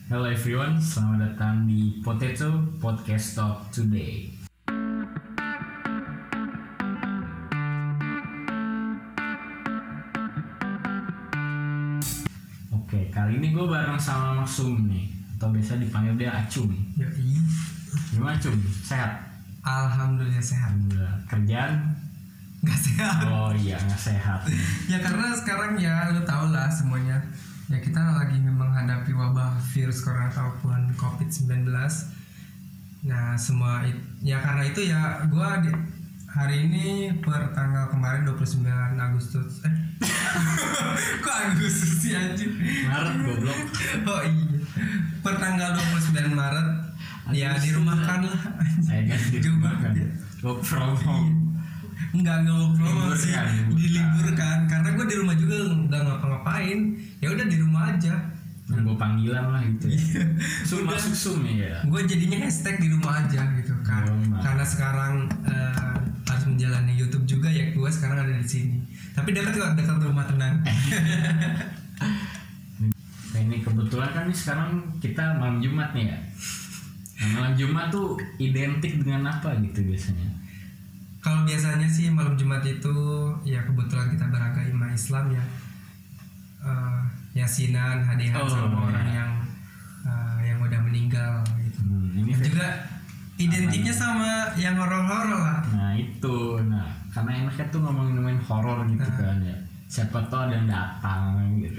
Hello everyone, selamat datang di Potato Podcast Talk Today. Oke, kali ini gue bareng sama Maksum nih, atau biasa dipanggil dia Acung. Yoi. Gimana Acung? Sehat? Alhamdulillah sehat. Alhamdulillah. Kerjaan? Gak sehat. Oh iya, nggak sehat. Ya karena sekarang ya lu tau lah semuanya. Ya kita lagi menghadapi wabah virus corona ataupun COVID-19. Nah ya karena itu ya gua hari ini per tanggal kemarin 29 Agustus. Kok Agustus sih anjing? Maret goblok. Oh iya. Per tanggal 29 Maret ya dirumahkan lah. Saya ganti Juga. Work from home. Enggak work from home sih, diliburkan karena gue di rumah juga udah ngapa-ngapain, ya udah di rumah aja. Nunggu panggilan lah gitu. Ya. Sum Udah. masuk sum ya. Gue jadinya hashtag di rumah aja gitu kan, karena sekarang harus menjalani YouTube juga ya, gue sekarang ada di sini. Tapi dekat rumah, tenang. Nah, ini kebetulan kan nih sekarang kita malam Jumat nih ya. Nah, malam Jumat tuh identik dengan apa gitu biasanya? Kalau biasanya sih malam Jumat itu ya kebetulan kita beragama Islam ya, yasinan, hadiah sama orang yang udah meninggal gitu. Ini juga identiknya sama yang horor-horor lah. Nah itu, karena enaknya tuh ngomongin horor gitu kan ya. Siapa tau ada yang datang gitu.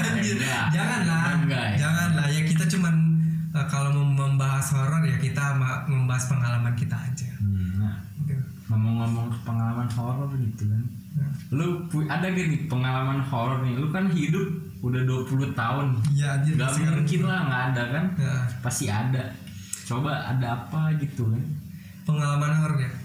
Janganlah ya, kita cuman kalau membahas horor ya kita membahas pengalaman kita aja. Gitu. Ngomong-ngomong pengalaman horor gitu kan. Lu ada gak nih pengalaman horor nih? Lu kan hidup udah 20 tahun. Iya anjir. Gak mungkin lah gak ada kan? Ya. Pasti ada. Coba ada apa gitu kan? Pengalaman horor ya.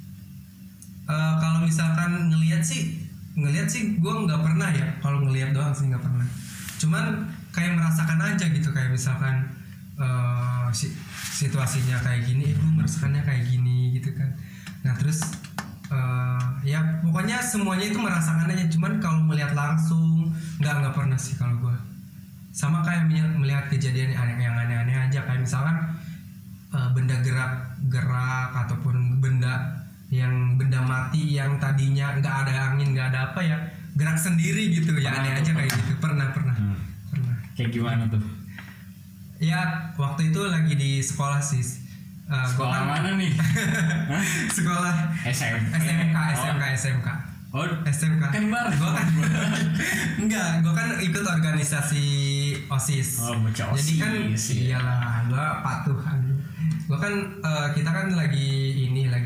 Kalau misalkan ngelihat sih gue nggak pernah ya. Kalau ngelihat doang sih nggak pernah. Cuman kayak merasakan aja gitu, kayak misalkan situasinya kayak gini, gue merasakannya kayak gini gitu kan. Nah terus ya pokoknya semuanya itu merasakan aja. Cuman kalau melihat langsung nggak pernah sih kalau gue. Sama kayak melihat kejadian yang aneh-aneh aja, kayak misalkan benda gerak ataupun benda mati yang tadinya nggak ada angin, nggak ada apa ya, gerak sendiri gitu. Ya aneh aja kayak gitu. Pernah. Kayak gimana tuh? Ya waktu itu lagi di sekolah sih. Sekolah mana nih? Sekolah SMK. Oh, SMK. Kan bareng. Gue kan ikut organisasi OSIS. Oh, bocah OSIS. Jadi kan iyalah, gue patuh. Gue kan kita kan lagi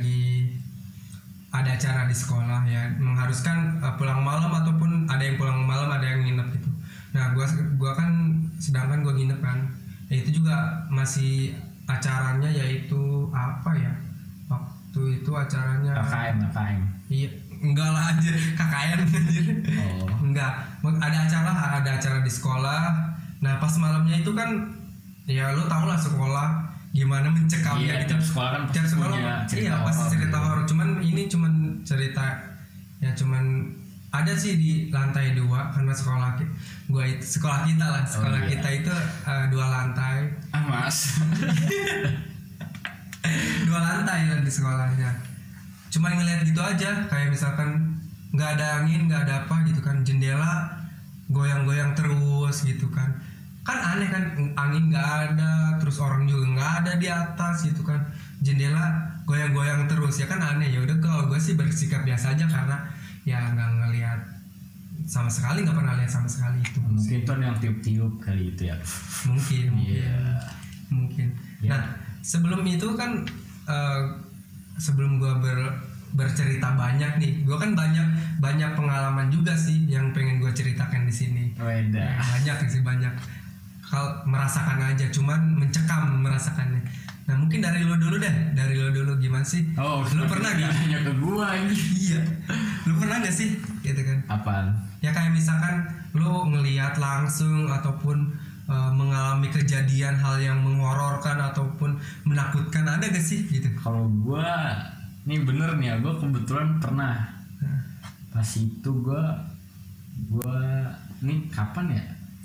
ada acara di sekolah ya, mengharuskan pulang malam ataupun ada yang pulang malam, ada yang nginep gitu. Nah, gue kan sedangkan gue nginep kan. Ya, itu juga masih acaranya yaitu apa ya? Waktu itu acaranya KKM. Iya, enggak lah anjir, KKN anjir. Oh. Enggak, ada acara di sekolah. Nah, pas malamnya itu kan ya lo tau lah sekolah gimana mencekamnya gitu. Sekolah kan pasti punya cerita horor. Cuman ini cerita ya cuman ada sih di lantai 2 karena sekolah kita itu 2 lantai. Mas. 2 lantai lah di sekolahnya. Cuman ngeliat gitu aja, kayak misalkan nggak ada angin, nggak ada apa gitu kan, jendela goyang-goyang terus gitu kan. Kan aneh kan, angin nggak ada, terus orang juga nggak ada di atas gitu kan, jendela goyang-goyang terus, ya kan aneh. Ya udah, kalau gue sih bersikap biasa aja karena ya nggak ngelihat sama sekali, nggak pernah lihat sama sekali itu. Mungkin itu ada yang tiup-tiup kali itu ya. Mungkin. Yeah. Nah sebelum itu kan sebelum gue bercerita banyak nih, gue kan banyak pengalaman juga sih yang pengen gue ceritakan di sini. Banyak kalau merasakan aja, cuman mencekam merasakannya. Nah mungkin dari lo dulu gimana sih? Oh, lu pernah gak? Nanya ke gua ini. Iya, lu pernah gak sih gitu kan? Apaan? Ya kayak misalkan lu ngelihat langsung ataupun mengalami kejadian hal yang menghororkan ataupun menakutkan, ada gak sih gitu? Kalau gua nih bener nih ya, gua kebetulan pernah. Pas itu gua nih kapan ya?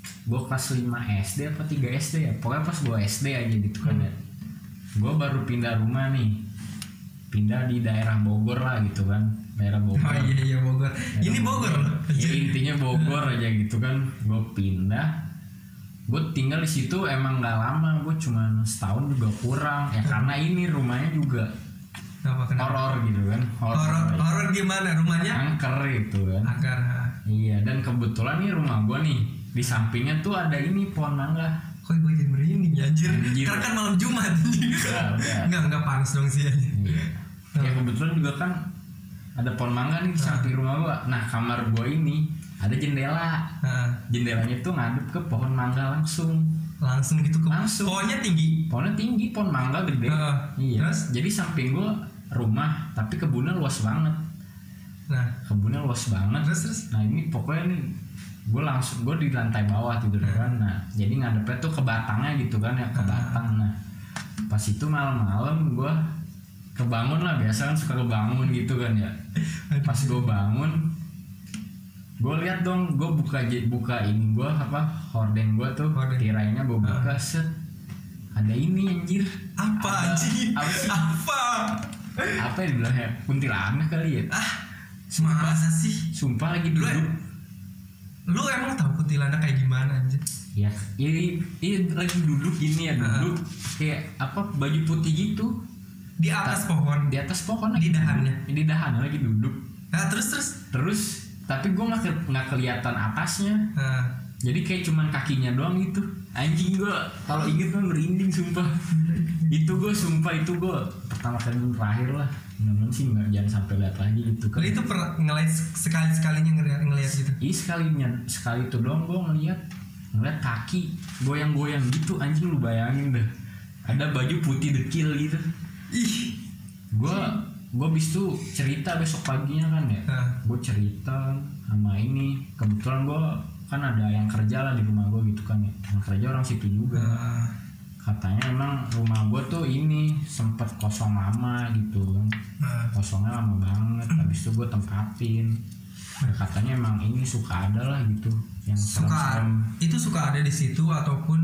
gue kelas 5 SD apa 3 SD ya, pokoknya pas gue SD aja gitu kan ya. Gue baru pindah rumah nih, pindah di daerah Bogor lah gitu kan, daerah Bogor. Oh iya Bogor. Ini Bogor loh. Ya intinya Bogor aja gitu kan. Gue pindah, gue tinggal di situ emang nggak lama, gue cuma setahun juga kurang ya, karena ini rumahnya juga horor gitu kan. Horor gimana rumahnya? Angker gitu kan. Angker. Iya, dan kebetulan nih rumah gue nih di sampingnya tuh ada ini pohon mangga. Kok gue jadi merinding ya anjir. Karena kan malam Jumat. Enggak panas dong sih aja. Iya. Ya kebetulan juga kan ada pohon mangga nih di samping rumah gue. Nah kamar gue ini ada jendela. Jendelanya tuh ngadep ke pohon mangga langsung gitu ke langsung. Pohonnya tinggi, pohon mangga gede. Iya. Terus? Jadi samping gue rumah, tapi kebunnya luas banget. Terus. Nah ini pokoknya nih gue di lantai bawah tidur kan. Nah jadi ngadepnya tuh ke batangnya gitu kan ya, ke batang. Nah pas itu malam-malam gue kebangun lah, biasa kan suka kebangun gitu kan ya. Pas gue bangun, gue lihat dong, gue buka ini gue horden gue tuh, tirainya gue buka, set ada ini anjir. Apa anjir? Apa ya dibilangnya, kuntilanak kali ya. Masa sih? Sumpah lagi duduk. Lu emang tahu kuntilanak kayak gimana anjir? Ya, ini lagi duduk gini ya, duduk kayak baju putih gitu. Di atas pohon. Di atas pohon lagi. Di dahannya lagi duduk. Nah, terus tapi gue nggak kelihatan atasnya. Jadi kayak cuman kakinya doang gitu. Anjing, gue kalau inget kan merinding sumpah. Itu gue pertama kali dan terakhir lah. Namun sih jangan sampai lihat lagi gitu kan. Itu pernah ngeliat sekalinya ngeliat gitu. Sekali itu doang gue ngeliat kaki goyang-goyang gitu. Anjing, lu bayangin dah. Ada baju putih dekil gitu. Ih, gue abis itu cerita besok paginya kan ya. Gue cerita sama ini, kebetulan gue kan ada yang kerja lah di rumah gue gitu kan ya, yang kerja orang situ juga. Katanya emang rumah gue tuh ini sempet kosong lama gitu kan. Kosongnya lama banget, habis itu gue tempatin. Katanya emang ini suka ada lah gitu yang serem-serem. Itu suka ada di situ ataupun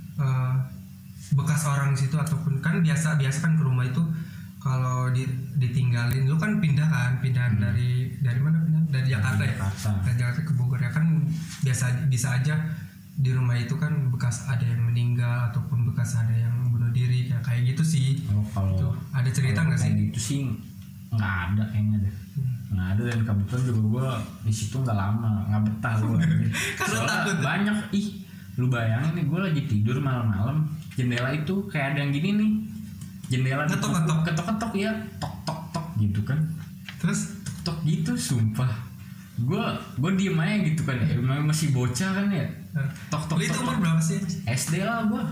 bekas orang situ, ataupun kan biasa kan ke rumah itu kalau ditinggalin, lu kan pindahan dari mana, dari Jakarta ya, dari Jakarta ke Bogor ya kan, bisa aja di rumah itu kan bekas ada yang meninggal ataupun bekas ada yang bunuh diri kayak gitu sih. Kalau gitu. Ada cerita nggak sih? Gitu sih nggak ada kayaknya deh. Nggak ada, dan kebetulan juga gue di situ nggak lama, nggak betah gue. Karena takut banyak. Lu bayangin nih, gue lagi tidur malam-malam, jendela itu kayak ada yang gini nih, jendela ketok-ketok ya, tok gitu kan. Terus tok gitu, sumpah gue diem aja gitu kan ya, masih bocah kan ya. Tok. Itu umur berapa sih? SD lah gue.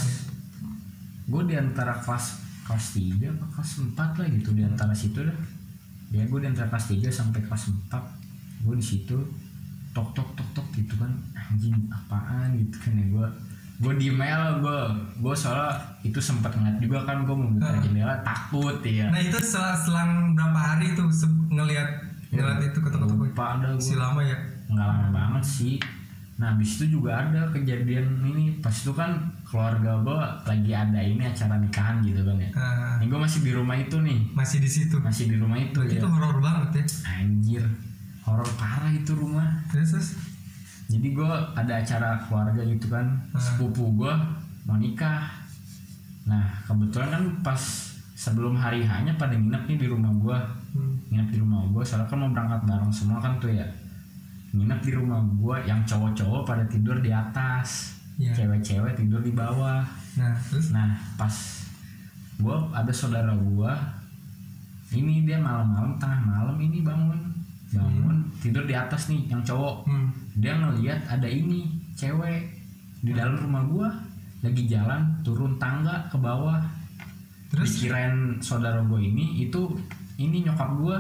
Gue di antara kelas 3 apa kelas 4 lah gitu, di antara situ dah. Ya gue di antara kelas 3 sampai kelas 4 gue di situ. Tok gitu kan, anjing apaan gitu kan ya. Gue diem aja lah, gue soalnya itu sempat ngeliat juga kan, gue mau buka jendela takut ya. Nah itu selang berapa hari tuh ngeliat itu ketok-ketok si lama ya? Nggak lama banget sih. Nah abis itu juga ada kejadian ini, pas itu kan keluarga gue lagi ada ini acara nikahan gitu kan ya. Ini gue masih di rumah itu nih. Masih di situ. Masih di rumah itu. Berarti ya. Itu horor banget ya. Anjir, horor parah itu rumah. Terus. Jadi gue ada acara keluarga gitu kan, sepupu gue mau nikah. Nah kebetulan kan pas sebelum hari hanya pada nginep nih di rumah gue. Nginep di rumah gue, soalnya kan mau berangkat bareng semua kan tuh ya. Nginep di rumah gue, yang cowok-cowok pada tidur di atas, cewek-cewek tidur di bawah. Nah terus? Nah pas gue ada saudara gue, ini dia malam-malam, tengah malam ini bangun tidur di atas nih, yang cowok. Dia ngelihat ada ini cewek di dalam rumah gua lagi jalan turun tangga ke bawah. Terus dikirain saudara gua ini nyokap gua.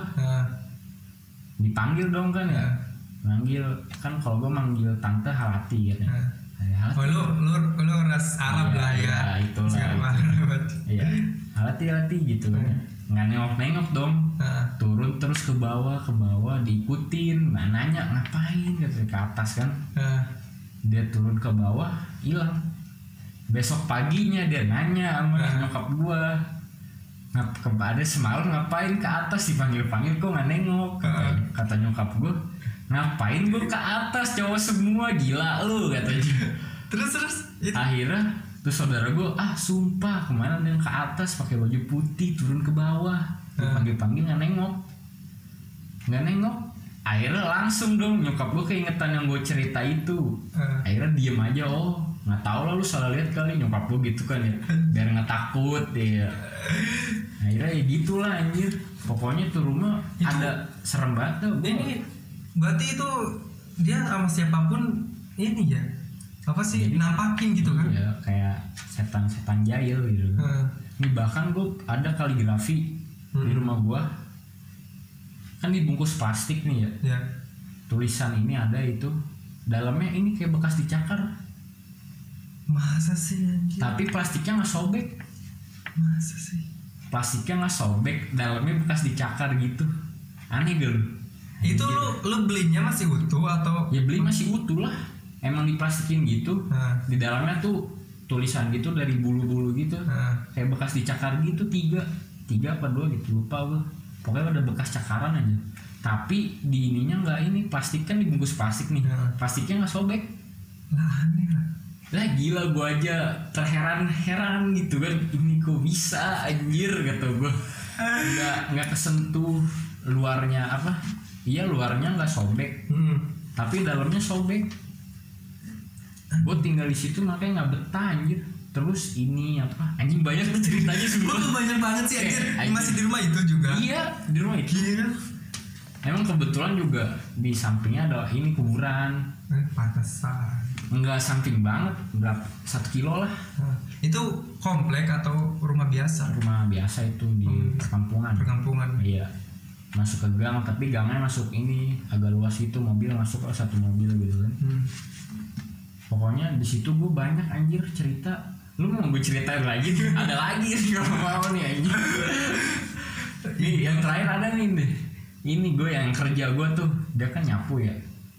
Dipanggil dong kan ya. Manggil kan, kalau gua manggil tante Halati gitu. Oh lu ras Arab lah ya. Itulah. Iya. Halati gitu kan. Nggak nengok dong. Turun terus ke bawah diikutin. Nah, nanya ngapain gitu, ke atas kan. Dia turun ke bawah hilang. Besok paginya dia nanya sama nyokap gue, ada semalam ngapain ke atas, dipanggil-panggil kok nggak nengok. Kata nyokap gue, ngapain gue ke atas, cowok semua, gila lu katanya. Terus akhirnya terus saudara gue, sumpah kemana dia ke atas pakai baju putih turun ke bawah, dipanggil-panggil nggak nengok. Akhirnya langsung dong nyokap gue keingetan yang gue cerita itu. Akhirnya diem aja, nggak tahu lah lu salah lihat kali, nyokap gue gitu kan ya, biar nggak takut ya. Akhirnya ya gitulah anjir, pokoknya tuh rumah itu, ada serem banget tuh. Ini berarti itu dia sama siapapun ini ya, apa sih, jadi, nampakin gitu kan? Iya, kayak setan jahil gitu. Ini bahkan gue ada kaligrafi di rumah gue, kan dibungkus plastik nih ya. Tulisan ini ada itu, dalamnya ini kayak bekas dicakar. Masa sih anjir? Tapi plastiknya nggak sobek. Masa sih? Plastiknya nggak sobek, dalamnya bekas dicakar gitu. Aneh gak lu? Itu lu belinya masih utuh atau? Ya beli masih utuh lah. Emang diplastikin gitu. Di dalamnya tuh tulisan gitu dari bulu-bulu gitu. Kayak bekas dicakar gitu, tiga apa dua gitu, lupa gue. Pokoknya ada bekas cakaran aja. Tapi di ininya nggak, ini plastik kan dibungkus plastik nih. Plastiknya nggak sobek. Lah aneh lah. Lah gila, gue aja terheran-heran gitu kan, ini kok bisa anjir kata gue. Nggak kesentuh luarnya apa? Iya luarnya nggak sobek, tapi dalamnya sobek. Gue tinggal di situ makanya nggak betah anjir. Terus ini apa? Anjing banyak tuh ceritanya semua. Banyak banget sih anjir. Masih di rumah itu juga? Iya di rumah itu. Iya. Emang kebetulan juga di sampingnya ada ini kuburan. Pantesan. Enggak samping banget, berapa 1 kilo lah. Itu komplek atau rumah biasa? Rumah biasa itu di perkampungan. Iya, masuk ke gang, tapi gangnya masuk ini agak luas itu, mobil masuk ke satu mobil gitu kan. Pokoknya di situ gue banyak anjir cerita. Lu mau gue ceritain lagi? Ada lagi nggak mau nih anjir. Nih yang terakhir ada nih. Ini gue yang kerja gue tuh, dia kan nyapu ya.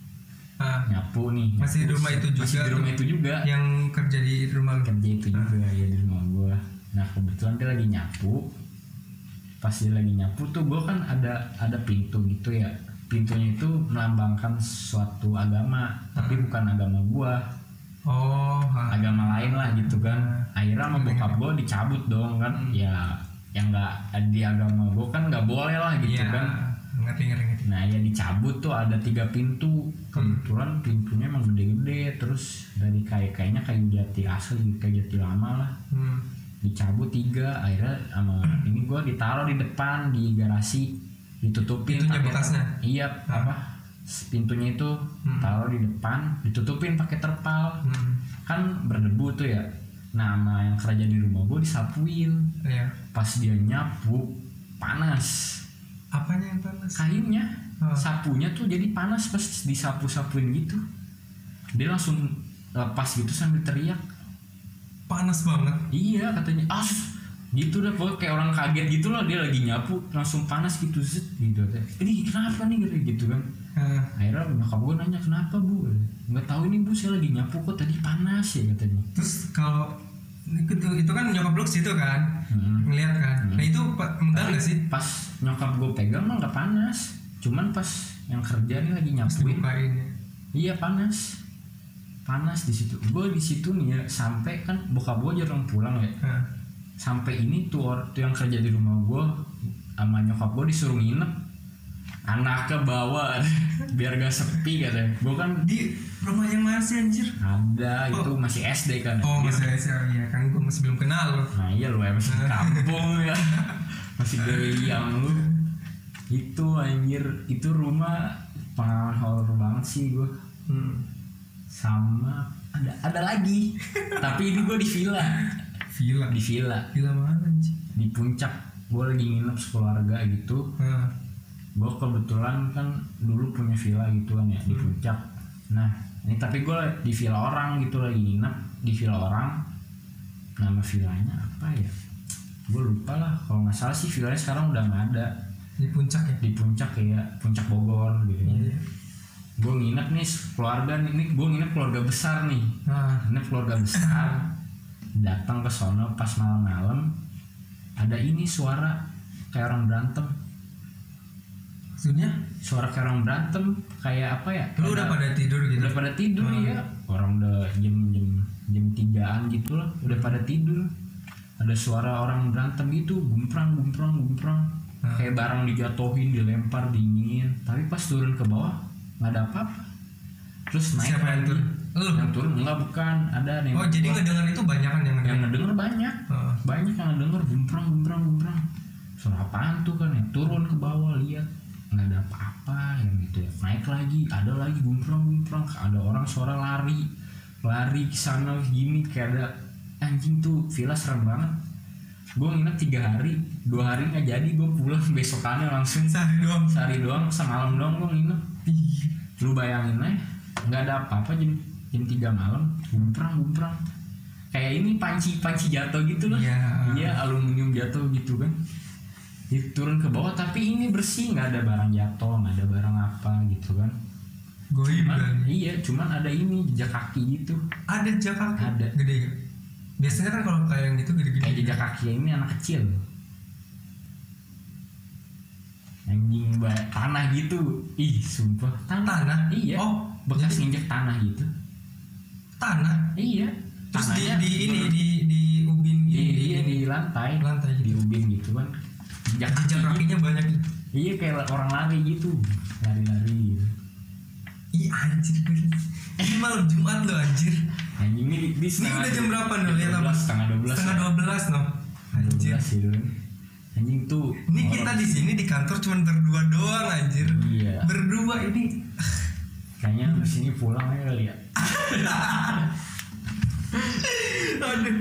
Nyapu nih. Masih di rumah itu juga. Masih di rumah itu juga. Yang kerja di rumah. Kerja itu juga ya di rumah gue. Nah kebetulan dia lagi nyapu. Pas dia lagi nyapu tuh gue kan ada pintu gitu ya. Pintunya itu melambangkan suatu agama, tapi bukan agama gue. Agama lain lah gitu kan. Akhirnya sama bokap gue dicabut dong kan. Ya yang nggak di agama gue kan nggak boleh lah gitu kan. Ngerti. Nah ya dicabut tuh ada 3 pintu. Kebetulan pintunya emang gede-gede, terus dari kayaknya kayu jati asli, kayu jati lama lah. Dicabut 3, akhirnya sama ini gue ditaruh di depan di garasi, ditutupin pakai bekasnya. Iya pintunya itu taruh di depan, ditutupin pakai terpal. Kan berdebu tuh ya. Nah sama yang kerja di rumah gue disapuin. Pas dia nyapu panas. Apanya yang panas? Kayunya. Sapunya tuh jadi panas pas disapu-sapuin gitu. Dia langsung lepas gitu sambil teriak. Panas banget. Iya katanya gitu dah, pokoknya kayak orang kaget gitu loh, dia lagi nyapu langsung panas gitu zet gitu. Ini kenapa nih gitu kan. Akhirnya nyokap gue nanya kenapa bu, nggak tahu ini bu, saya lagi nyapu kok tadi panas ya katanya. Terus kalau itu kan nyokap lu situ kan ngeliat kan. Nah itu megang nggak sih? Pas nyokap gue pegang mah nggak panas, cuman pas yang kerja nih lagi nyapuin. Iya panas di situ. Gue di situ nih ya, sampai kan bokap gue jarang pulang ya. Sampai ini tuh yang kerja di rumah gue sama nyokap gue disuruh nginep. Anaknya bawa biar gak sepi katanya. Gue kan di rumah yang mana sih anjir? Ada itu masih SD kan. Masih SD ya kan, gue masih belum kenal loh. Nah iya lu ya masih di kampung ya. Masih geyang lu. Itu anjir, itu rumah pengalaman horor banget sih gue. Sama ada lagi. Tapi ini gue di villa. Di villa mana anjir? Di puncak. Gue lagi nginep sekeluarga gitu. Gue kebetulan kan dulu punya villa gitu kan ya di puncak. Nah ini tapi gue di villa orang gitu, lagi nginep di villa orang. Nama villanya apa ya? Gue lupa lah. Kalau nggak salah sih villanya sekarang udah nggak ada. Di puncak ya? Di puncak ya, puncak Bogor gitu. gue nginep nih keluarga nih, gue nginep keluarga besar nih, nginep keluarga besar. Datang ke sono pas malam-malam, ada ini suara kayak orang berantem. Maksudnya? Suara kayak orang berantem, kayak apa ya? Lu udah pada tidur gitu? Udah pada tidur ya, orang udah jam 3-an gitu lah, udah pada tidur. Ada suara orang berantem gitu, gumprang. Kayak barang dijatuhin, dilempar, dingin. Tapi pas turun ke bawah nggak ada apa-apa. Terus naik. Siapa yang turun? Yang turun enggak, bukan, ada nih. Oh, jadi ngedenger itu banyak kan yang ngedenger banyak. Banyak yang ngedenger gumprang. Suara apaan tuh kan ya? Turun ke bawah lihat, nggak ada apa-apa yang gitu ya. Naik lagi, ada lagi gumprang. Ada orang suara lari ke sana gini, kayak ada anjing tuh. Villa serem banget. Gue nginep 3 hari, 2 hari nggak jadi, gue pulang besokannya langsung. Sehari doang, semalam doang gue nginep. Lu bayangin aja, nggak ada apa-apa jam 3 malam, gumprang. Kayak ini panci jatuh gitu loh. Iya, aluminium jatuh gitu kan. Turun ke bawah, tapi ini bersih, nggak ada barang jatuh, nggak ada barang apa gitu kan. Cuman ada ini jejak kaki gitu. Ada jejak kaki? Ada. Gede gak? Biasanya kan kalau kayak yang gitu gede-gede. Kayak jejak kaki ini anak kecil. Anjing tanah gitu. Ih, sumpah. Tanah? Iya. Oh, bekas nginjek tanah gitu. Tanah? Iya. Terus di ubin gitu. Iya, di lantai gitu. Di ubin gitu kan. Jejak kakinya banyak gitu. Iya, kayak orang lari gitu. Lari gitu. Ih, anjir. Ini malam Jumat loh, anjir. Anjing ini udah jam berapa nih? Lihat apa? Setengah 12 noh. Anjir. 12 gitu. Anjing tuh. Ini kita di sini di kantor cuma berdua doang, anjir. Iya. Berdua ini. Kayaknya di sini pulang aja kali ya. Aduh.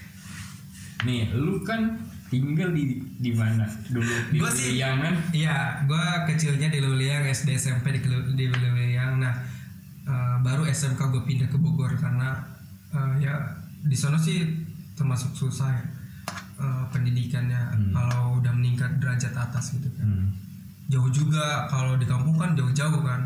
Nih, lu kan tinggal di mana dulu? Di Luliangan? Iya, gua kecilnya di Luliang, SD SMP di Luliang. Nah, baru SMK gue pindah ke Bogor karena ya di sana sih termasuk susah ya pendidikannya. Kalau udah meningkat derajat atas gitu kan. Jauh juga, kalau di kampung kan jauh-jauh kan.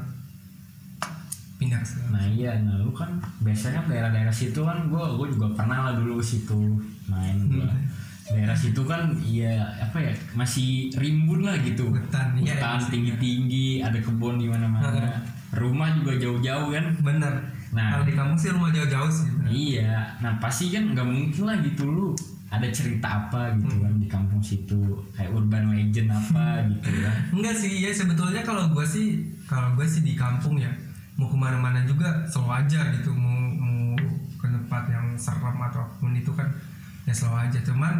Pindah ke sana. Nah iya, lu kan biasanya daerah-daerah situ kan, gue juga pernah lah dulu situ main gue. Daerah situ kan ya apa ya, masih rimbun lah gitu. Hutan tinggi-tinggi, ada kebun di mana-mana. Rumah juga jauh-jauh kan. Bener. Nah, kalau di kampung sih rumah jauh-jauh sih. Bener. Iya. Nah pasti kan nggak mungkin lah gitu lu ada cerita apa gitu kan di kampung situ, kayak urban legend apa gitu kan. Enggak sih, ya sebetulnya kalau gue sih di kampung ya mau kemana-mana juga selalu aja gitu, mau ke tempat yang serem ataupun itu kan ya selalu aja. Cuman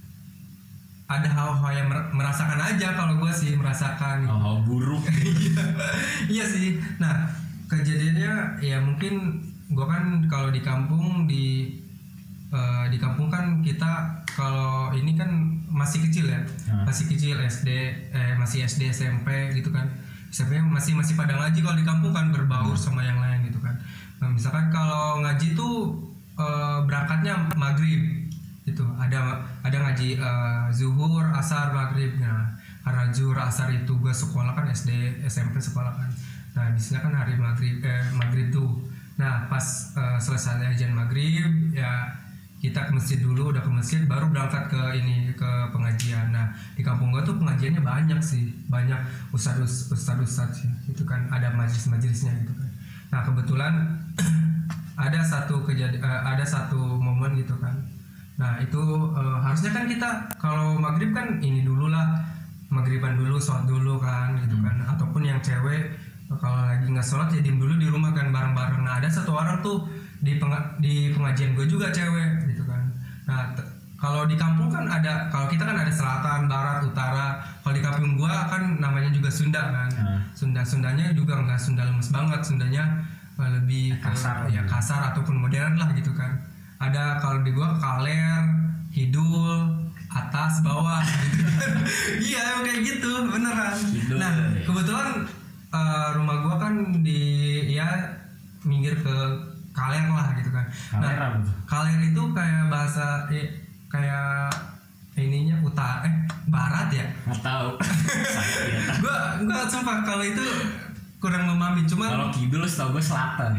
ada hal-hal yang merasakan aja, kalau gue sih merasakan hal-hal buruk. Iya sih. Nah kejadiannya ya mungkin gue kan kalau di kampung di kampung kan kita kalau ini kan masih kecil ya, masih kecil masih SD SMP gitu kan. SMP masih pada ngaji. Kalau di kampung kan berbaur sama yang lain gitu kan. Nah, misalkan kalau ngaji tuh berangkatnya maghrib gitu, ada ngaji zuhur, asar, maghrib. Nah karena zuhur asar itu gue sekolah kan SD SMP sekolah kan. Nah di sini kan hari maghrib tuh. Nah pas selesai ajan maghrib ya kita ke masjid dulu, udah ke masjid baru berangkat ke pengajian. Nah di kampung gua tuh pengajiannya banyak sih, banyak ustadz ya, itu kan ada majelis-majelisnya gitu kan. Nah kebetulan ada satu momen gitu kan. Nah itu harusnya kan kita kalau maghrib kan ini dulu lah, maghriban dulu, sholat dulu kan gitu kan. Ataupun yang cewek kalau lagi nggak sholat ya diem dulu di rumah kan bareng-bareng. Nah ada satu orang tuh di pengajian gue juga cewek gitu kan. Nah kalau di kampung kan ada, kalau kita kan ada selatan, barat, utara. Kalau di kampung gue kan namanya juga Sunda kan. Sundanya juga nggak Sunda lemes banget, Sundanya lebih kasar, kasar ataupun modern lah gitu kan. Ada kalau di gue kaler, kidul, atas, bawah gitu. Iya emang kayak gitu beneran. Kidul. Nah kebetulan rumah gue kan minggir ke kaler lah gitu kan. Nah, kaler itu kayak bahasa kayak ininya barat ya? Nggak tahu. Gua sumpah kalau itu kurang memahami. Cuma kalau kidul setahu gue selatan.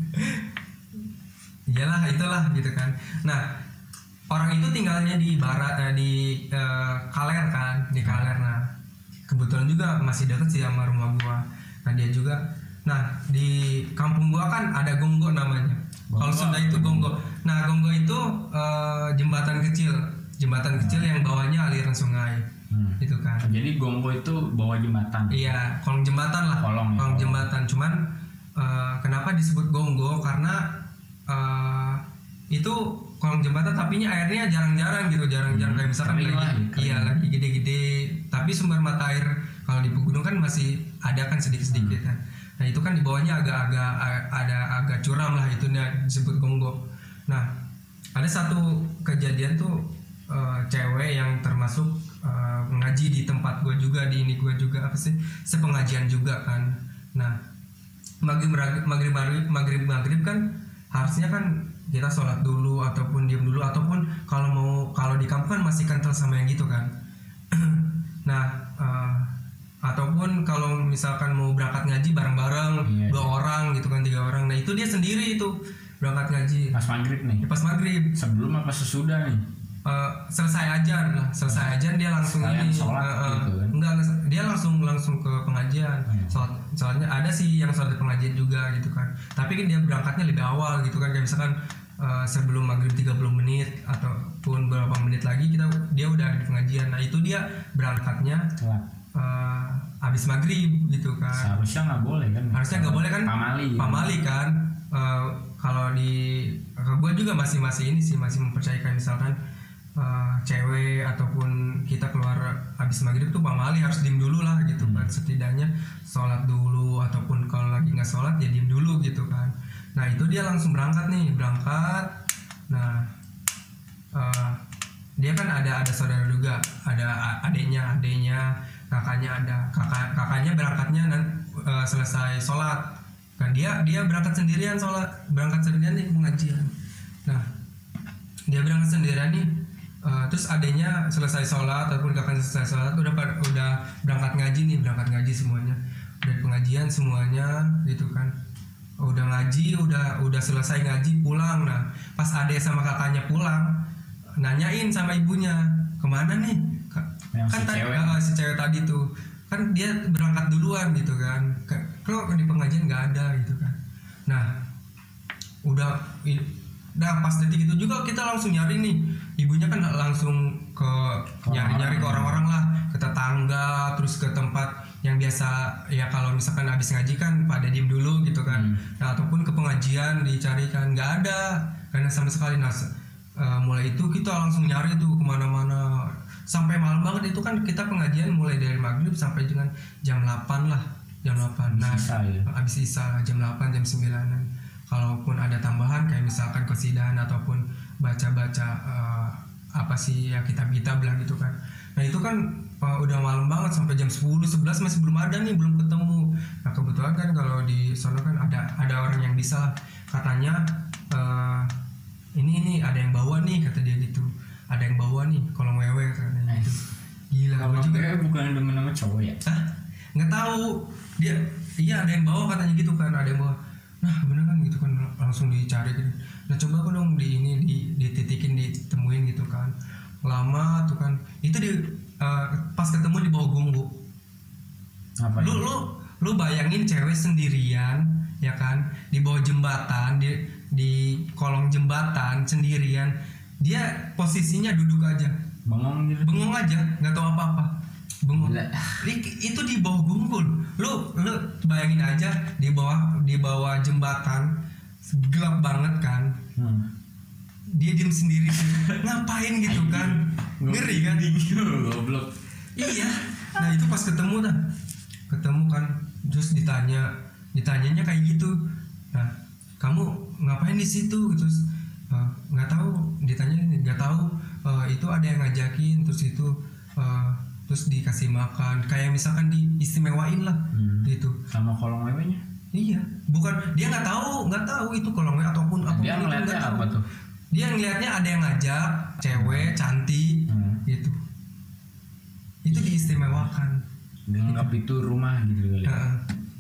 Iyalah itulah gitu kan. Nah orang itu tinggalnya di barat, di Kaler kan, di Kaler. Nah kebetulan juga masih deket sih sama rumah gua. Nah dia juga, nah di kampung gua kan ada Gonggo namanya. Kalau Sunda itu Gonggo. Nah Gonggo itu jembatan kecil yang bawahnya aliran sungai. Gitu kan. Jadi Gonggo itu bawah jembatan. Iya, kolong jembatan lah. Kolong jembatan. Cuman kenapa disebut Gonggo? Karena itu kolong jembatan tapi airnya jarang-jarang gitu, jarang-jarang kayak misalkan lagi gede-gede. Tapi sumber mata air kalau di pegunung kan masih ada kan sedikit-sedikit kan. Nah itu kan di bawahnya agak curam lah, itu disebut Gonggo. Nah ada satu kejadian tuh cewek yang termasuk mengaji di tempat gue juga, di ini gue juga apa sih, sepengajian juga kan. Nah maghrib kan harusnya kan kita sholat dulu ataupun diem dulu, ataupun kalau di kampung kan masih kental sama yang gitu kan. Nah ataupun kalau misalkan mau berangkat ngaji bareng-bareng, 2 orang gitu kan, 3 orang. Nah itu dia sendiri itu berangkat ngaji pas maghrib nih. Pas maghrib. Sebelum apa sesudah nih? Selesai ajan dia langsung ini sholat gitu kan? Enggak, dia langsung ke pengajian. Soalnya ada sih yang sholat pengajian juga gitu kan, tapi kan dia berangkatnya lebih awal gitu kan, kayak misalkan sebelum maghrib 30 menit ataupun berapa menit lagi dia udah ada di pengajian. Nah itu dia berangkatnya habis maghrib gitu kan. Seharusnya nggak boleh kan? Harusnya nggak boleh kan? Pamali kan. Kalau di gue juga masih ini sih, masih mempercayakan misalkan cewek ataupun kita keluar habis maghrib tuh pamali harus diem dulu lah gitu kan, setidaknya sholat dulu, ataupun kalau lagi nggak sholat ya diem dulu gitu kan. Nah itu dia langsung berangkat. Nah dia kan ada saudara juga, ada adiknya, kakaknya berangkatnya selesai sholat kan, dia berangkat sendirian nih pengajian. Nah dia berangkat sendirian nih, terus adiknya selesai sholat ataupun kakaknya selesai sholat udah berangkat ngaji semuanya, udah pengajian semuanya gitu kan, udah ngaji, udah selesai ngaji pulang. Nah pas adik sama kakaknya pulang, nanyain sama ibunya kemana nih, kan si cewek tadi tuh kan dia berangkat duluan gitu kan, kok di pengajian nggak ada gitu kan. Nah udah pas detik itu juga kita langsung nyari nih, ibunya kan langsung ke nyari ke orang-orang lah, ke tetangga, terus ke tempat yang biasa ya kalau misalkan habis ngaji kan pada diem dulu gitu kan. Nah ataupun ke pengajian dicarikan nggak ada karena sama sekali. Nah mulai itu kita langsung nyari tuh kemana-mana sampai malam banget. Itu kan kita pengajian mulai dari maghrib sampai dengan jam 8 lah, jam 8. Nah habis isya jam 8 jam 9-an. Kalaupun ada tambahan kayak misalkan qasidah ataupun baca-baca apa sih ya kitab-kitab lah gitu kan. Nah itu kan udah malam banget sampai jam 10-11 masih belum ada nih, belum ketemu. Nah kebetulan kan kalau di sana kan ada orang yang bisa katanya ini ada yang bawa nih, kata dia gitu, ada yang bawa nih kolong wewe katanya itu. Gila, kalau juga bukan demen nama cowok ya? Nggak tahu dia, iya ada yang bawa katanya gitu kan, ada yang bawa. Nah bener kan gitu kan, langsung dicari gitu. Nah coba aku dong dititikin, ditemuin gitu kan. Lama tuh kan, itu pas ketemu di bawah Gonggo. Lu bayangin cewek sendirian ya kan, di bawah jembatan, di kolong jembatan sendirian. Dia posisinya duduk aja, bengong aja, nggak tahu apa-apa, bengong. Itu di bawah Gonggo. Lu bayangin aja di bawah jembatan gelap banget kan. Dia diem sendiri ngapain gitu kan, ngeri kan, goblok. Iya. Nah itu pas ketemu kan, terus ditanyanya kayak gitu. Nah kamu ngapain di situ? Terus nggak tahu, ditanya nggak tahu. Itu ada yang ngajakin, terus itu terus dikasih makan, kayak misalkan diistimewain lah gitu. Sama kolong lewenya? Iya, bukan, dia nggak tahu itu kolong lewe ataupun apa. Dia ngeliatnya apa tuh? Dia ngeliatnya ada yang ngajak cewek cantik gitu. Itu diistimewakan. Dianggap itu rumah gitu kali.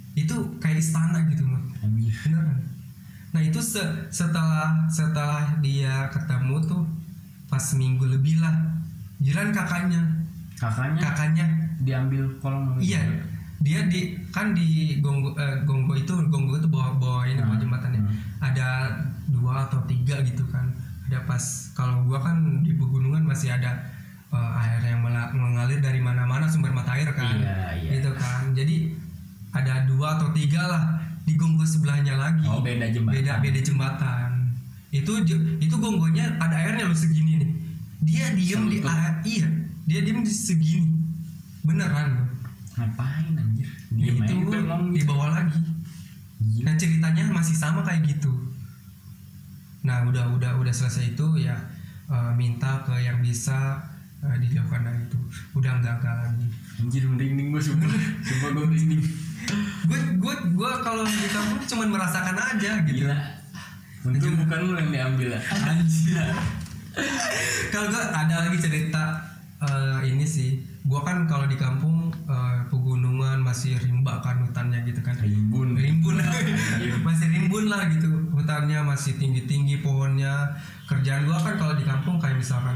itu kayak istana gitu loh. Beneran. Nah itu setelah dia ketemu tuh pas seminggu lebih lah, jalan kakaknya diambil kolong. Iya, dia di Gonggo itu bawah ini bawah jembatannya. Ada 2 atau 3 gitu kan. Ada pas kalau gua kan di pegunungan masih ada air yang mengalir dari mana-mana, sumber mata air kan. Iya. Gitu kan. Jadi ada 2 atau 3 lah di Gonggo sebelahnya lagi. Oh, beda jembatan. Beda jembatan. Itu Gonggonya ada airnya loh segini nih. Dia diem di air. Iya, dia diem di segini. Beneran loh. Ngapain anjir? Itu di bawah lagi. Nah ceritanya masih sama kayak gitu. Nah udah selesai itu ya, minta ke yang bisa dijauhkan dari itu. Udah enggak lagi. Anjir merinding gue sumpah gue merinding. gue kalau di kampung cuman merasakan aja gitu. Gila. Untung bukan lu yang diambil ya. Anjir. Kalau gue ada lagi cerita ini sih. Gue kan kalau di kampung pegunungan masih rimba kan hutannya gitu kan. Rimbun masih rimbun lah gitu, hutannya masih tinggi pohonnya. Kerjaan gue kan kalau di kampung kayak misalkan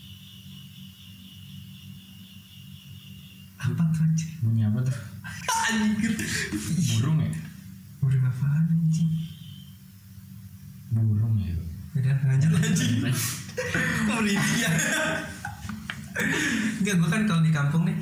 apa tuh anjing? Bunyi apa tuh? Anjir. Burung ya? Burung apaan anjing? Burung ya. Udah lanjut anjing. Merinding ya. Enggak, gue kan kalau di kampung nih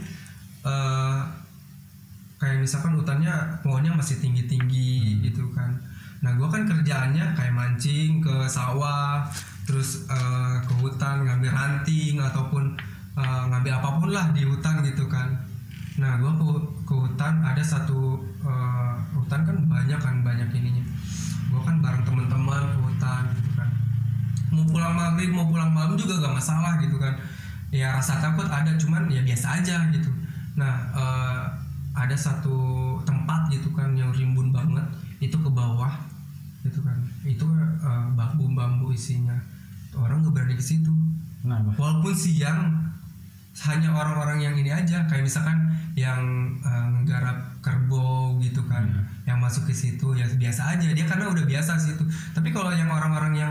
kayak misalkan hutannya pohonnya masih tinggi gitu kan. Nah gue kan kerjaannya kayak mancing ke sawah, terus ke hutan ngambil ranting ataupun ngambil apapun lah di hutan gitu kan. Nah gue ke hutan, ada satu hutan kan banyak ininya. Gue kan bareng teman-teman ke hutan gitu kan. Mau pulang maghrib mau pulang malam juga gak masalah gitu kan. Ya rasa takut ada, cuman ya biasa aja gitu. Nah ada satu tempat gitu kan yang rimbun banget, itu ke bawah gitu kan. Itu bambu isinya, orang gak berani ke situ. Kenapa? Walaupun siang, hanya orang-orang yang ini aja, kayak misalkan yang nggarap kerbau gitu kan, yang masuk ke situ ya biasa aja dia karena udah biasa situ. Tapi kalau yang orang-orang yang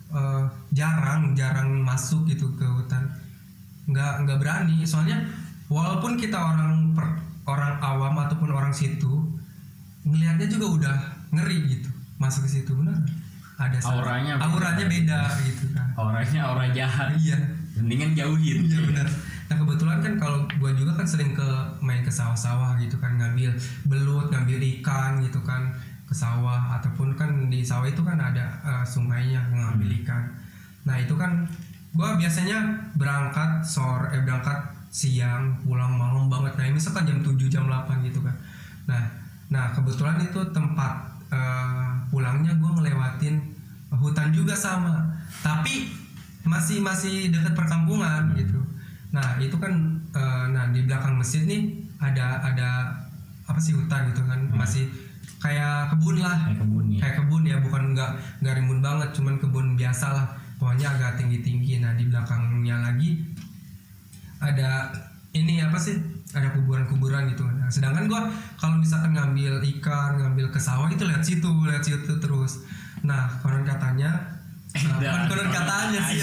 jarang masuk gitu ke hutan, nggak berani. Soalnya walaupun kita orang awam ataupun orang situ, ngelihatnya juga udah ngeri gitu masuk ke situ. Benar, ada auranya beda gitu kan. Aura jahat. Iya, mendingan jauhin. Iya benar. Nah kebetulan kan kalau gua juga kan sering main ke sawah-sawah gitu kan, ngambil belut, ngambil ikan gitu kan ke sawah, ataupun kan di sawah itu kan ada sungainya ngambil ikan. Nah itu kan gua biasanya berangkat siang, pulang malam banget. Nah misalkan jam 7 jam 8 gitu kan. Nah kebetulan itu tempat pulangnya gua ngelewatin hutan juga sama, tapi masih dekat perkampungan gitu. Nah itu kan di belakang masjid nih ada apa sih, hutan gitu kan, masih kayak kebun lah, kayak kebun ya, bukan nggak rimbun banget, cuman kebun biasa lah, pohonnya agak tinggi. Nah di belakangnya lagi ada ini apa sih, ada kuburan gitu. Nah, sedangkan gua kalau misalkan ngambil ikan, ngambil ke sawah itu lihat situ terus. Nah konon katanya sih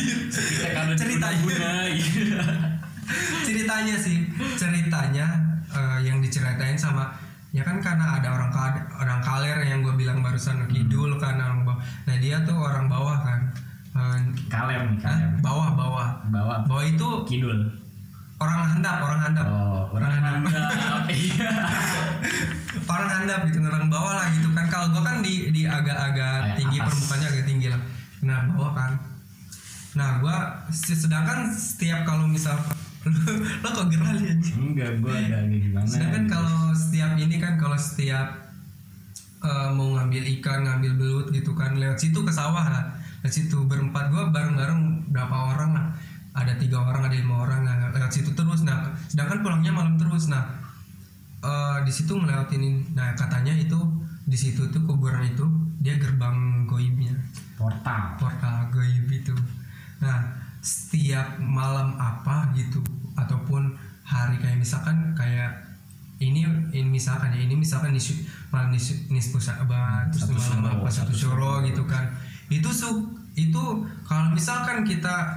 ceritanya yang diceritain sama, ya kan karena ada orang kaler yang gue bilang barusan, kidul kan orang bawah. Nah dia tuh orang bawah kan, kaler. Bawah itu kidul, orang handap. Orang handap. Orang handap gitu, orang bawah lah gitu kan. Kalau gue kan di agak tinggi, permukaannya agak tinggi lah. Nah bawah kan. Nah gue sedangkan setiap kalau misal lo kok gerah liat? Enggak, gue agak gimana. Sedangkan kalau setiap mau ngambil ikan, ngambil belut gitu kan, lewat situ ke sawah lah. Lewat situ berempat, gue bareng berapa orang lah. Ada 3 orang, ada 5 orang. Nah lewat situ terus. Nah sedangkan pulangnya malam terus. Nah di situ ngelewatin. Nah katanya itu di situ tuh kuburan itu dia gerbang goibnya, portal goib itu. Nah setiap malam apa gitu ataupun hari, kayak misalkan kayak ini misalkan nisfu Sya'ban terus malam apa satu syuro gitu kan. Itu kalau misalkan kita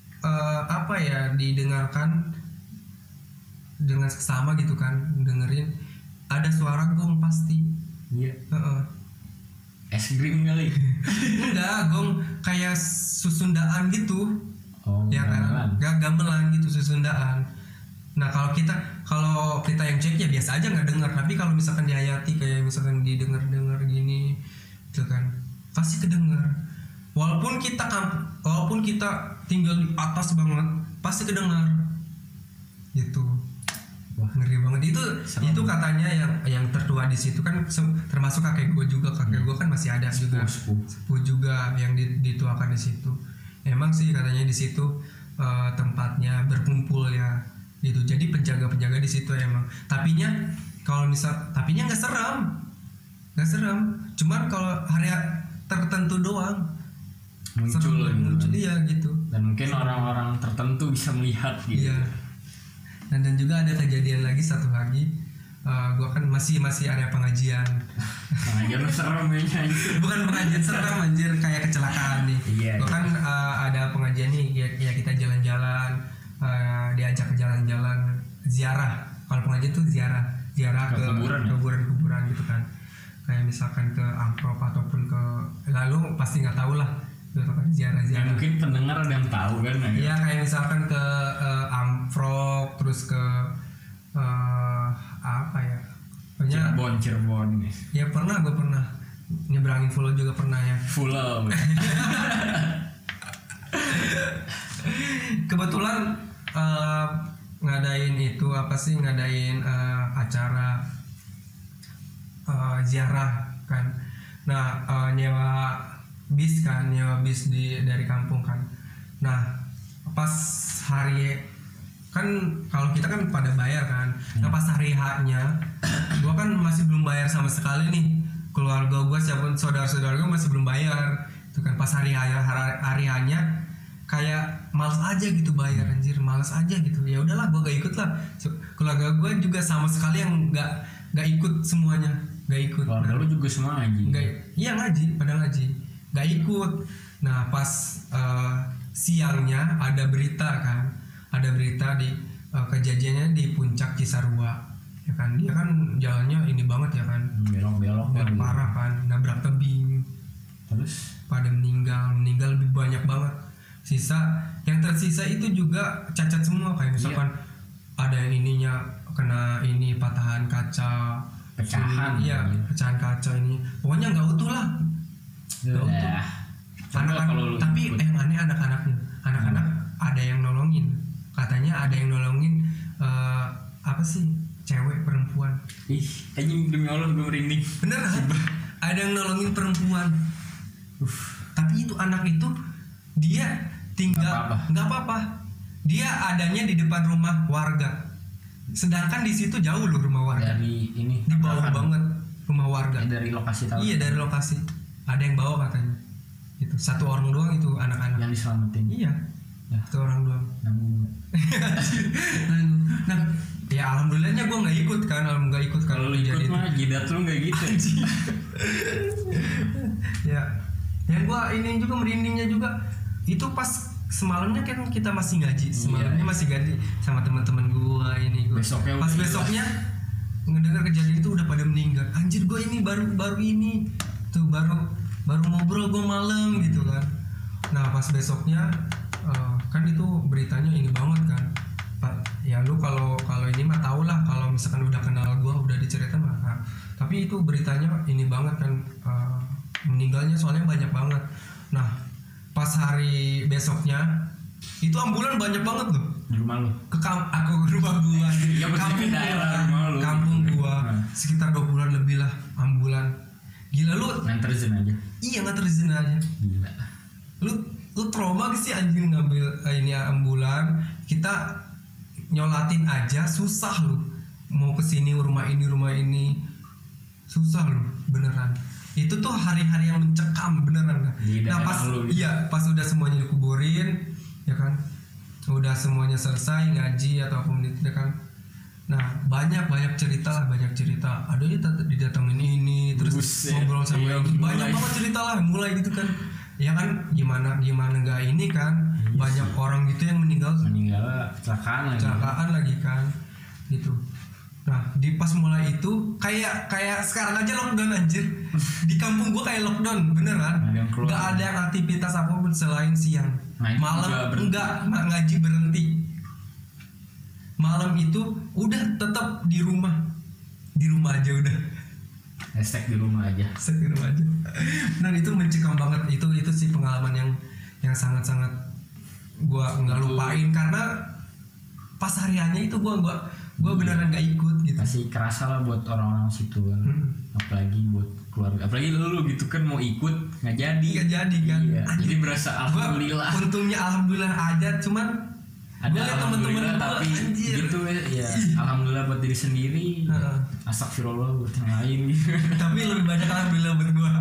didengarkan dengan sesama gitu kan, dengerin ada suara gong pasti. Iya. Es krim kali. Enggak, gong kayak susundaan gitu. Oh, ya kan, gamelan gitu, susundaan. Nah kalau kita yang cek ya biasa aja nggak dengar, tapi kalau misalkan dihayati kayak misalkan didengar gini, gitu kan, pasti kedengar. Walaupun kita tinggal di atas banget, pasti kedengar. Gitu. Wah ngeri banget itu katanya yang tertua di situ kan termasuk kakek gue juga. Kakek gue kan masih ada juga, sepuh juga yang dituakan di situ. Emang sih katanya di situ tempatnya berkumpul ya gitu. Jadi penjaga di situ emang. Tapinya nggak serem. Cuman kalau hari tertentu doang muncul iya gitu. Dan mungkin orang-orang tertentu bisa melihat gitu. Iya. Dan juga ada kejadian lagi satu lagi. Gue kan masih area pengajian. Pengajian serem ya. Bukan pengajian serem anjir, kayak kecelakaan nih. Iya. Gue kan ada pengajian nih, ya kita jalan-jalan, diajak ke jalan-jalan ziarah. Kalau pengajian tuh ziarah ke kuburan gitu kan. Kayak misalkan ke Amprop ataupun ke lalu pasti nggak tahu lah gitu kan, ziarah. Ya, mungkin pendengar ada yang tahu kan. Iya kayak misalkan ke Amprop terus ke Cirebon nih. Ya gue pernah nyebrangin Pulau juga pernah ya. Pulau. Kebetulan ngadain acara ziarah kan. Nah nyewa bis dari kampung kan. Nah pas hari kan kalau kita kan pada bayar kan. Nah pas hari H-nya gue kan masih belum bayar sama sekali nih. Keluarga gue siapun saudara-saudara gue masih belum bayar. Itu kan pas hari H-nya kayak malas aja gitu bayar anjir, malas aja gitu. Ya udahlah gue gak ikut lah. Keluarga gue juga sama sekali yang gak ikut semuanya, gak ikut. Keluarga lu juga semua ngaji? Iya ngaji, pada ngaji, gak ikut. Nah pas siangnya ada berita di kejadiannya di puncak Cisarua ya kan. Dia kan jalannya ini banget ya kan, belok parah kan, nabrak tebing, terus pada meninggal lebih banyak banget. Yang tersisa itu juga cacat semua, kayak misalkan ada yang ininya kena ini patahan kaca, pecahan kaca ini, pokoknya nggak utuh lah. Anak-anak, tapi yang aneh anak-anaknya, anak-anak ada yang nolongin, katanya ada yang nolongin cewek perempuan. Ih, anjing demi Allah gue merinding. Beneran, ada yang nolongin perempuan. Tapi itu anak itu dia tinggal nggak apa-apa. Dia adanya di depan rumah warga. Sedangkan di situ jauh loh rumah warga. Dari ini di bawah banget rumah warga. Dari lokasi tahu. Iya dari lokasi. Ada yang bawa katanya. Itu satu orang doang itu anak-anak. Yang diselamatin. Iya. Ya. Satu orang doang. Nah, ya alhamdulillahnya gue nggak ikut kan, kalau lu ikut mah jidat lu nggak gitu. Ya. Yang gue ini juga merindingnya juga itu pas semalamnya kan kita masih ngaji, masih ngaji sama teman-teman gue ini. Besoknya ngedengar kejadian itu udah pada meninggal. Anjir gue ini baru ini tuh baru ngobrol gue malam gitu kan. Nah pas besoknya kan itu beritanya ini banget kan. Ya lu kalau ini mah tau lah, kalau misalkan udah kenal gue udah diceritain mah. Tapi itu beritanya ini banget kan, meninggalnya soalnya banyak banget. Nah pas hari besoknya itu ambulan banyak banget loh. Di rumah lu? Rumah gua. Ya, kampung gua. Sekitar 2 bulan lebih lah ambulan. Gila lu. Nganter izin aja. Iya nganter izin aja. Gila. Lu trauma sih anjing ngambil ini ambulan. Kita nyolatin aja susah lu. Mau kesini rumah ini susah lu beneran. Itu tuh hari-hari yang mencekam beneran kan. Nah pas udah semuanya dikuburin ya kan, udah semuanya selesai ngaji ataupun itu kan. Nah banyak cerita. Aduh ini didatengin ini, terus ngobrol sama ini, banyak banget cerita lah, mulai gitu kan. Ya kan gimana nggak ini kan, banyak orang gitu yang meninggal kecelakaan lagi kan gitu. Nah di pas mulai itu kayak sekarang aja lockdown anjir. Di kampung gua kayak lockdown beneran, nggak ada yang aktivitas apapun selain siang. Malam enggak, ngaji berhenti. Malam itu udah tetap di rumah aja udah. Hashtag di rumah aja. Dan itu mencekam banget. Itu sih pengalaman yang sangat gua nggak lupain, karena pas hariannya itu gua beneran nggak ikut gitu. Masih kerasa lah buat orang-orang situ kan. Apalagi buat keluarga, apalagi lu gitu kan mau ikut nggak jadi kan. Iya. Jadi berasa alhamdulillah. Untungnya alhamdulillah aja, cuman ada teman-teman tapi anjir. Gitu ya. Alhamdulillah buat diri sendiri. Astagfirullah buat yang lain gitu. Tapi lebih banyak alhamdulillah buat gua.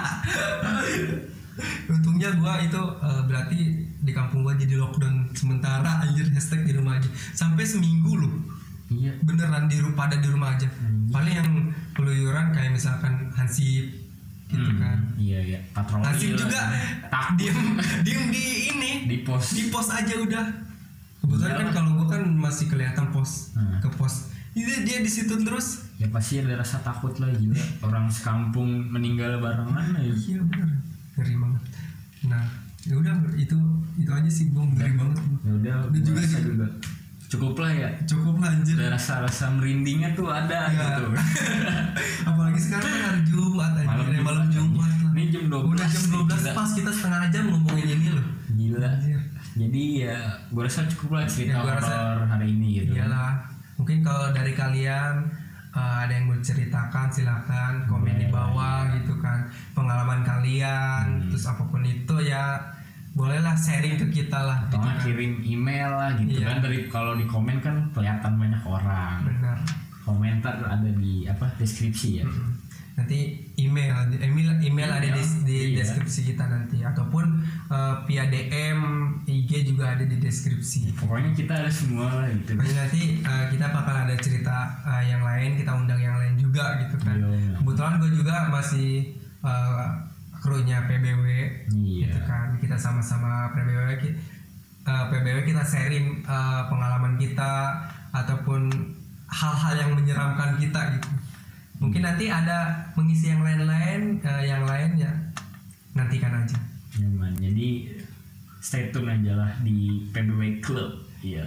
Untungnya gua itu berarti di kampung gua jadi lockdown sementara anjir, hashtag di rumah aja sampai seminggu loh. Iya. Beneran pada di rumah aja. Paling yang keluyuran kayak misalkan Hansip gitu kan. Iya. Patroli. Hansip juga diem di ini. Di pos aja udah. Kebetulan kan kalau gue kan masih kelihatan ke pos. Dia di situ terus. Ya pasti ada rasa takut lah, gila. Orang sekampung meninggal barengan ya. Iya benar. Ngeri banget. Nah, ya udah itu aja sih, gue ngeri banget. Ya udah juga. Cukup lah anjir. Ada rasa merindingnya tuh ada ya. Gitu. Apalagi sekarang kan hari Jumat anjir, malam Jumat lah. Ini jam 12. Udah jam 12 pas kita setengah jam ngomongin ini loh. Gila. Anjir. Jadi ya gue rasa cukup lah cerita horor hari ini gitu. Iyalah. Mungkin kalau dari kalian ada yang mau ceritakan silakan komen di bawah gitu kan. Pengalaman kalian, terus apapun itu ya bolehlah sharing ke kita lah. Atau gitu kan. Kirim email lah gitu kan. Dari kalau di komen kan kelihatan banyak orang. Benar. Komentar ada di deskripsi ya. Nanti email ada di deskripsi kita nanti, ataupun via DM IG juga ada di deskripsi. Pokoknya kita ada semua lah gitu. Nanti kita bakal ada cerita yang lain, kita undang yang lain juga gitu kan. Kebetulan gue juga masih krunya PBW gitu kan. Kita sama-sama PBW kita sharing pengalaman kita ataupun hal-hal yang menyeramkan kita gitu. Mungkin nanti ada mengisi yang lain ya nantikan aja. Jadi stay tune aja lah di PBW Club. Iya.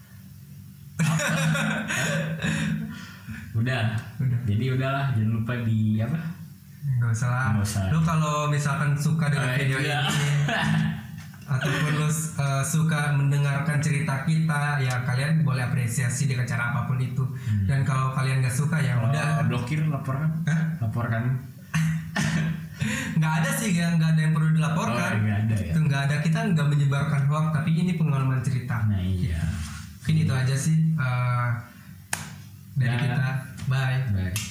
Udah. Jadi udahlah, jangan lupa di apa? Gak usah. Lu kalau misalkan suka dengan video ini ataupun lu suka mendengarkan cerita kita, ya kalian boleh apresiasi dengan cara apapun itu. Dan kalau kalian nggak suka ya udah blokir, laporkan. Nggak ada sih, nggak ada yang perlu dilaporkan. Nggak ada ya. Itu nggak ada, kita nggak menyebarkan hoax, tapi ini pengalaman cerita. Nah iya. Mungkin itu aja sih dari kita. Bye.